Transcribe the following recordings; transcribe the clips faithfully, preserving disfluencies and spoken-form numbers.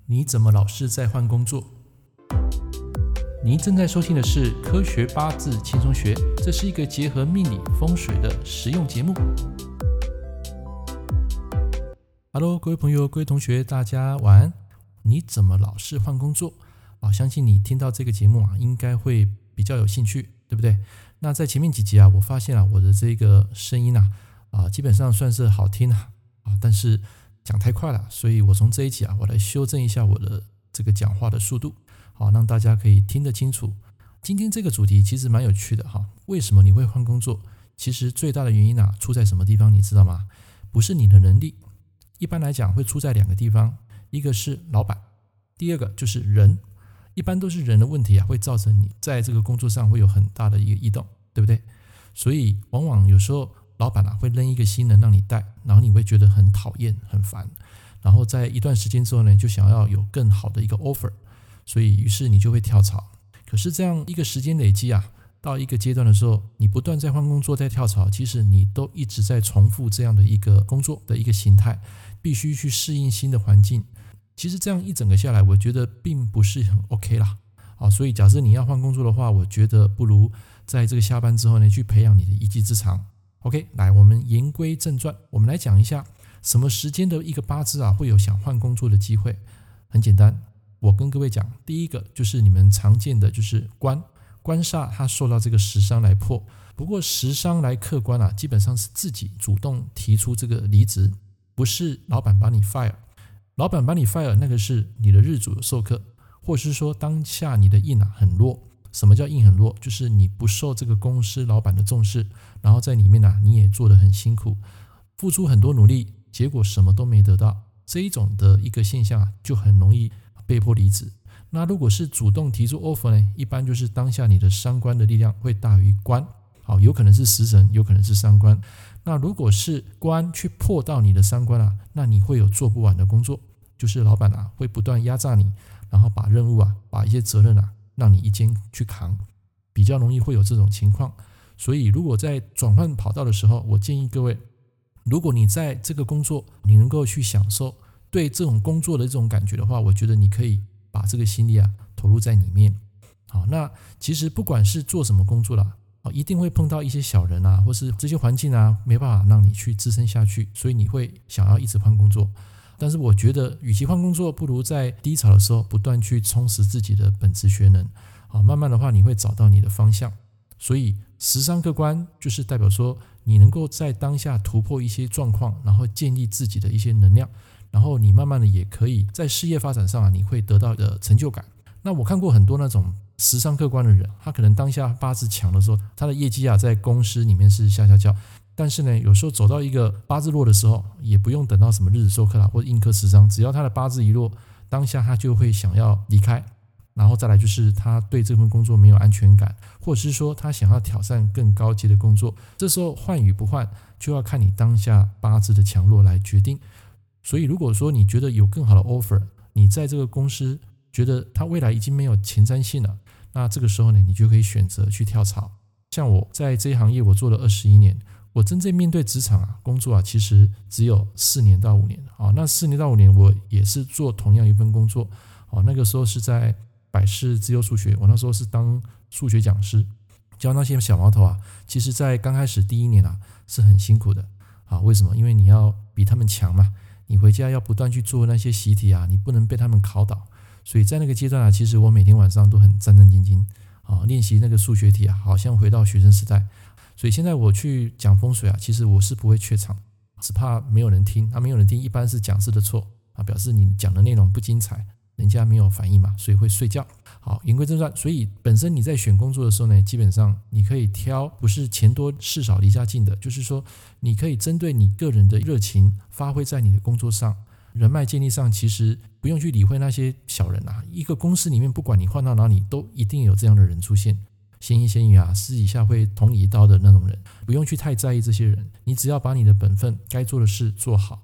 你怎么老是在换工作？您正在收听的是科学八字轻松学，这是一个结合命理风水的实用节目。Hello， 各位朋友、各位同学，大家晚安。你怎么老是换工作？啊，相信你听到这个节目啊，应该会比较有兴趣，对不对？那在前面几集啊，我发现啊，我的这个声音啊，啊，基本上算是好听啊，啊，但是讲太快了，所以我从这一集啊，我来修正一下我的这个讲话的速度，好，让大家可以听得清楚。今天这个主题其实蛮有趣的哈，为什么你会换工作？其实最大的原因啊，出在什么地方，你知道吗？不是你的能力，一般来讲会出在两个地方，一个是老板，第二个就是人。一般都是人的问题啊，会造成你在这个工作上会有很大的一个异动，对不对？所以往往有时候老板啊会扔一个新人让你带，然后你会觉得很讨厌很烦，然后在一段时间之后呢，就想要有更好的一个 offer， 所以于是你就会跳槽。可是这样一个时间累积啊，到一个阶段的时候，你不断在换工作在跳槽，其实你都一直在重复这样的一个工作的一个形态，必须去适应新的环境。其实这样一整个下来，我觉得并不是很 OK 啦。好，所以假设你要换工作的话，我觉得不如在这个下班之后呢，去培养你的一技之长。OK， 来，我们言归正传，我们来讲一下什么时间的一个八字啊，会有想换工作的机会。很简单，我跟各位讲，第一个就是你们常见的就是官官煞，它受到这个食伤来破。不过食伤来克官啊，基本上是自己主动提出这个离职，不是老板把你 fire。老板把你 fire， 那个是你的日主有授课，或是说当下你的印啊很弱。什么叫印很弱？就是你不受这个公司老板的重视，然后在里面啊你也做得很辛苦，付出很多努力，结果什么都没得到。这一种的一个现象啊，就很容易被迫离职。那如果是主动提出 offer 呢，一般就是当下你的伤官的力量会大于官，好，有可能是食神，有可能是伤官。那如果是官去破到你的伤官啊，那你会有做不完的工作，就是老板啊会不断压榨你，然后把任务啊，把一些责任啊，让你一肩去扛，比较容易会有这种情况。所以如果在转换跑道的时候，我建议各位，如果你在这个工作你能够去享受对这种工作的这种感觉的话，我觉得你可以把这个心力啊投入在里面。好，那其实不管是做什么工作啦，一定会碰到一些小人啊，或是这些环境啊，没办法让你去支撑下去，所以你会想要一直换工作。但是我觉得与其换工作，不如在低潮的时候不断去充实自己的本职学能，好，慢慢的话你会找到你的方向。所以食伤克官就是代表说你能够在当下突破一些状况，然后建立自己的一些能量，然后你慢慢的也可以在事业发展上啊，你会得到的成就感。那我看过很多那种食伤克官的人，他可能当下八字强的时候，他的业绩啊在公司里面是下下叫，但是呢有时候走到一个八字弱的时候，也不用等到什么日子授课啦或者印克食伤，只要他的八字一弱，当下他就会想要离开。然后再来就是他对这份工作没有安全感，或者是说他想要挑战更高阶的工作，这时候换与不换就要看你当下八字的强弱来决定。所以如果说你觉得有更好的 offer， 你在这个公司觉得他未来已经没有前瞻性了，那这个时候呢，你就可以选择去跳槽。像我在这一行业我做了二十一年，我真正面对职场啊工作啊，其实只有四年到五年啊。那四年到五年我也是做同样一份工作啊，那个时候是在百世自由数学，我那时候是当数学讲师，教那些小毛头啊。其实在刚开始第一年啊是很辛苦的啊。为什么？因为你要比他们强嘛，你回家要不断去做那些习题啊，你不能被他们考倒。所以在那个阶段啊，其实我每天晚上都很战战兢兢啊，练习那个数学题啊，好像回到学生时代。所以现在我去讲风水啊，其实我是不会怯场，只怕没有人听啊，没有人听一般是讲师的错啊，表示你讲的内容不精彩，人家没有反应嘛，所以会睡觉。好，言归正传，所以本身你在选工作的时候呢，基本上你可以挑不是钱多事少离家近的，就是说你可以针对你个人的热情发挥在你的工作上，人脉建立上，其实不用去理会那些小人啊。一个公司里面不管你换到哪里，都一定有这样的人出现，闲言闲语啊，私底下会捅你一刀的那种人，不用去太在意这些人，你只要把你的本分该做的事做好。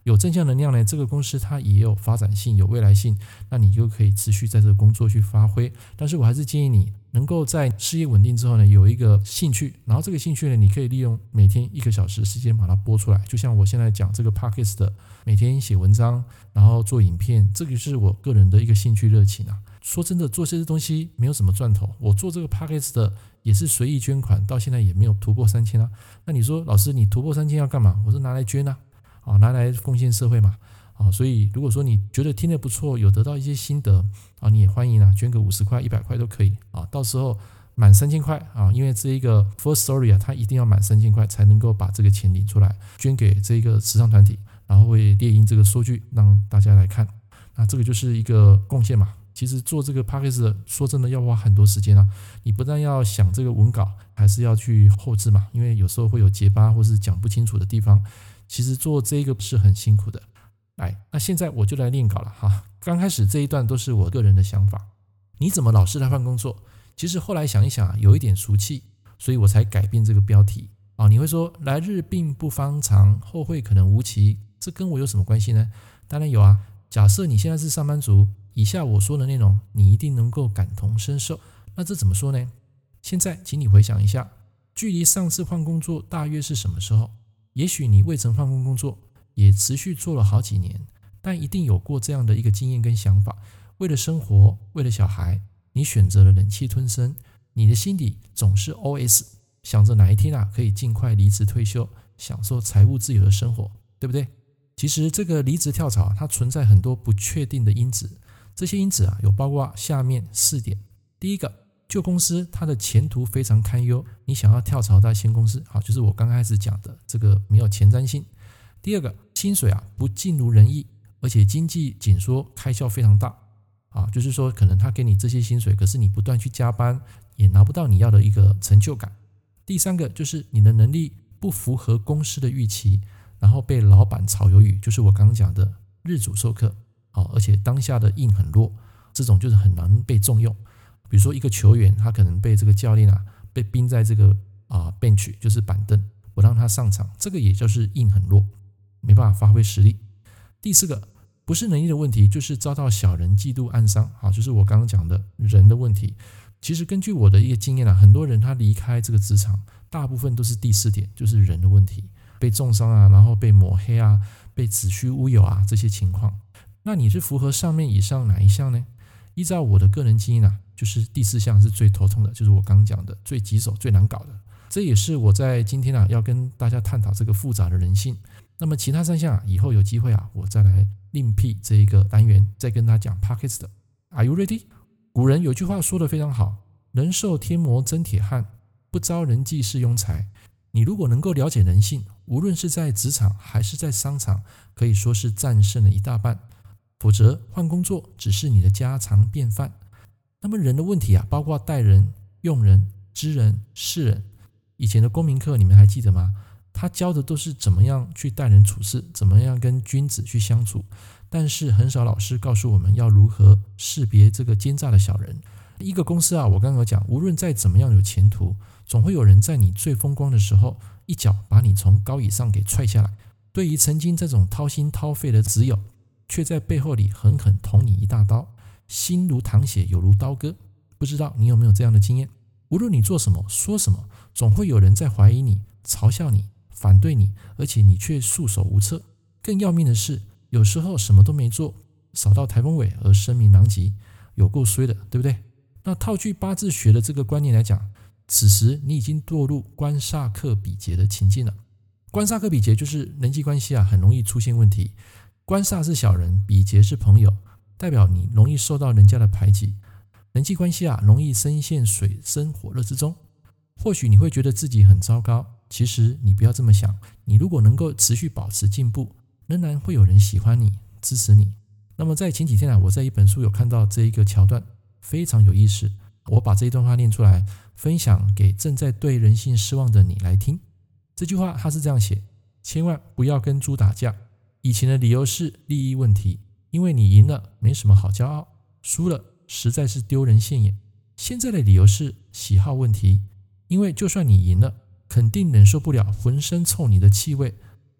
有正向能量呢，这个公司它也有发展性，有未来性，那你就可以持续在这个工作去发挥。但是我还是建议你能够在事业稳定之后呢，有一个兴趣，然后这个兴趣呢，你可以利用每天一个小时时间把它播出来。就像我现在讲这个 Podcast 的，每天写文章，然后做影片，这个是我个人的一个兴趣热情啊。说真的，做这些东西没有什么赚头。我做这个 Podcast 的也是随意捐款，到现在也没有突破三千啊。那你说老师，你突破三千要干嘛？我说拿来捐啊。啊，拿来奉献社会嘛，啊，所以如果说你觉得听得不错，有得到一些心得啊，你也欢迎啊，捐个五十块、一百块都可以啊。到时候满三千块啊，因为这一个 First Story 啊，它一定要满三千块才能够把这个钱领出来，捐给这个慈善团体，然后会列印这个收据让大家来看。那这个就是一个贡献嘛。其实做这个 Podcast 说真的要花很多时间啊，你不但要想这个文稿，还是要去后制嘛，因为有时候会有结巴或是讲不清楚的地方。其实做这个是很辛苦的。来，那现在我就来念稿了哈。刚开始这一段都是我个人的想法。你怎么老是来换工作？其实后来想一想，有一点俗气，所以我才改变这个标题啊。你会说，来日并不方长，后会可能无期，这跟我有什么关系呢？当然有啊。假设你现在是上班族，以下我说的内容，你一定能够感同身受。那这怎么说呢？现在请你回想一下，距离上次换工作大约是什么时候？也许你未曾换过工作，也持续做了好几年，但一定有过这样的一个经验跟想法。为了生活，为了小孩，你选择了忍气吞声。你的心里总是 O S 想着哪一天啊可以尽快离职退休，享受财务自由的生活，对不对？其实这个离职跳槽它存在很多不确定的因子，这些因子啊有包括下面四点。第一个，旧公司它的前途非常堪忧，你想要跳槽到新公司，好，就是我刚开始讲的这个没有前瞻性。第二个，薪水啊不尽如人意，而且经济紧缩，开销非常大啊，就是说可能他给你这些薪水，可是你不断去加班，也拿不到你要的一个成就感。第三个就是你的能力不符合公司的预期，然后被老板炒鱿鱼，就是我刚刚讲的日主授课，好，而且当下的硬很弱，这种就是很难被重用。比如说一个球员，他可能被这个教练啊被冰在这个啊 bench， 就是板凳，不让他上场，这个也就是硬很弱，没办法发挥实力。第四个，不是能力的问题，就是遭到小人嫉妒暗伤，好，就是我刚刚讲的人的问题。其实根据我的一个经验啊，很多人他离开这个职场，大部分都是第四点，就是人的问题，被重伤啊，然后被抹黑啊，被子虚乌有啊这些情况。那你是符合上面以上哪一项呢？依照我的个人经验啊，就是第四项是最头痛的，就是我刚刚讲的最棘手、最难搞的。这也是我在今天啊要跟大家探讨这个复杂的人性。那么其他三项啊，以后有机会啊，我再来另辟这一个单元，再跟大家讲 Podcast 的。Are you ready？ 古人有句话说得非常好，人受天磨真铁汉，不招人忌是庸才。你如果能够了解人性，无论是在职场还是在商场，可以说是战胜了一大半。否则换工作只是你的家常便饭。那么人的问题啊，包括待人、用人、知人、事人。以前的公民课你们还记得吗？他教的都是怎么样去待人处事，怎么样跟君子去相处，但是很少老师告诉我们要如何识别这个奸诈的小人。一个公司啊，我刚刚有讲，无论再怎么样有前途，总会有人在你最风光的时候，一脚把你从高椅上给踹下来。对于曾经这种掏心掏肺的挚友，却在背后里狠狠捅你一大刀，心如淌血，有如刀割。不知道你有没有这样的经验？无论你做什么说什么，总会有人在怀疑你、嘲笑你、反对你，而且你却束手无策。更要命的是，有时候什么都没做，扫到台风尾而声名狼藉，有够衰的，对不对？那套句八字学的这个观念来讲，此时你已经堕入官煞克比劫的情境了。官煞克比劫就是人际关系啊，很容易出现问题。官煞是小人，比劫是朋友，代表你容易受到人家的排挤，人际关系啊容易深陷水深火热之中。或许你会觉得自己很糟糕，其实你不要这么想，你如果能够持续保持进步，仍然会有人喜欢你、支持你。那么在前几天啊，我在一本书有看到这一个桥段，非常有意思，我把这一段话念出来，分享给正在对人性失望的你来听。这句话它是这样写：千万不要跟猪打架。以前的理由是利益问题，因为你赢了没什么好骄傲，输了实在是丢人现眼。现在的理由是喜好问题，因为就算你赢了，肯定忍受不了浑身臭你的气味，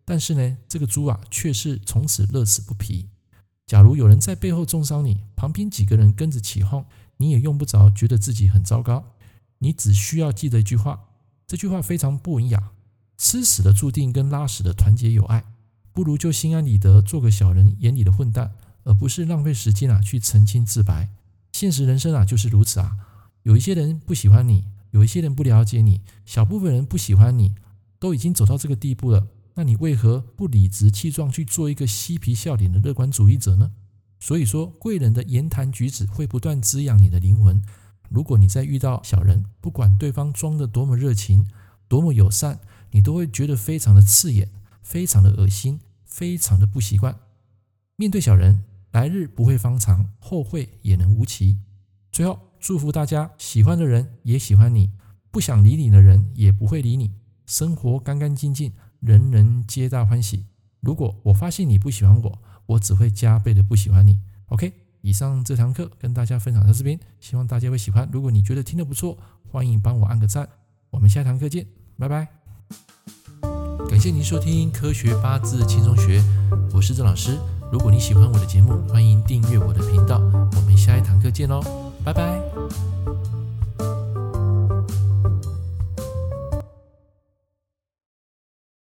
但是呢，这个猪啊却是从此乐此不疲。假如有人在背后中伤你，旁边几个人跟着起哄，你也用不着觉得自己很糟糕。你只需要记得一句话，这句话非常不文雅：吃屎的注定跟拉屎的团结友爱，不如就心安理得做个小人眼里的混蛋，而不是浪费时间啊去澄清自白。现实人生啊就是如此啊，有一些人不喜欢你，有一些人不了解你，小部分人不喜欢你，都已经走到这个地步了，那你为何不理直气壮去做一个嬉皮笑脸的乐观主义者呢？所以说，贵人的言谈举止会不断滋养你的灵魂。如果你在遇到小人，不管对方装得多么热情，多么友善，你都会觉得非常的刺眼，非常的恶心，非常的不习惯。面对小人，来日不会方长，后会也能无期。最后，祝福大家，喜欢的人也喜欢你，不想理你的人也不会理你，生活干干净净，人人皆大欢喜。如果我发现你不喜欢我，我只会加倍的不喜欢你。 OK， 以上这堂课跟大家分享到这边，希望大家会喜欢。如果你觉得听得不错，欢迎帮我按个赞。我们下堂课见，拜拜。感谢您收听科学八字轻松学，我是郑老师。如果你喜欢我的节目，欢迎订阅我的频道。我们下一堂课见喽，拜拜。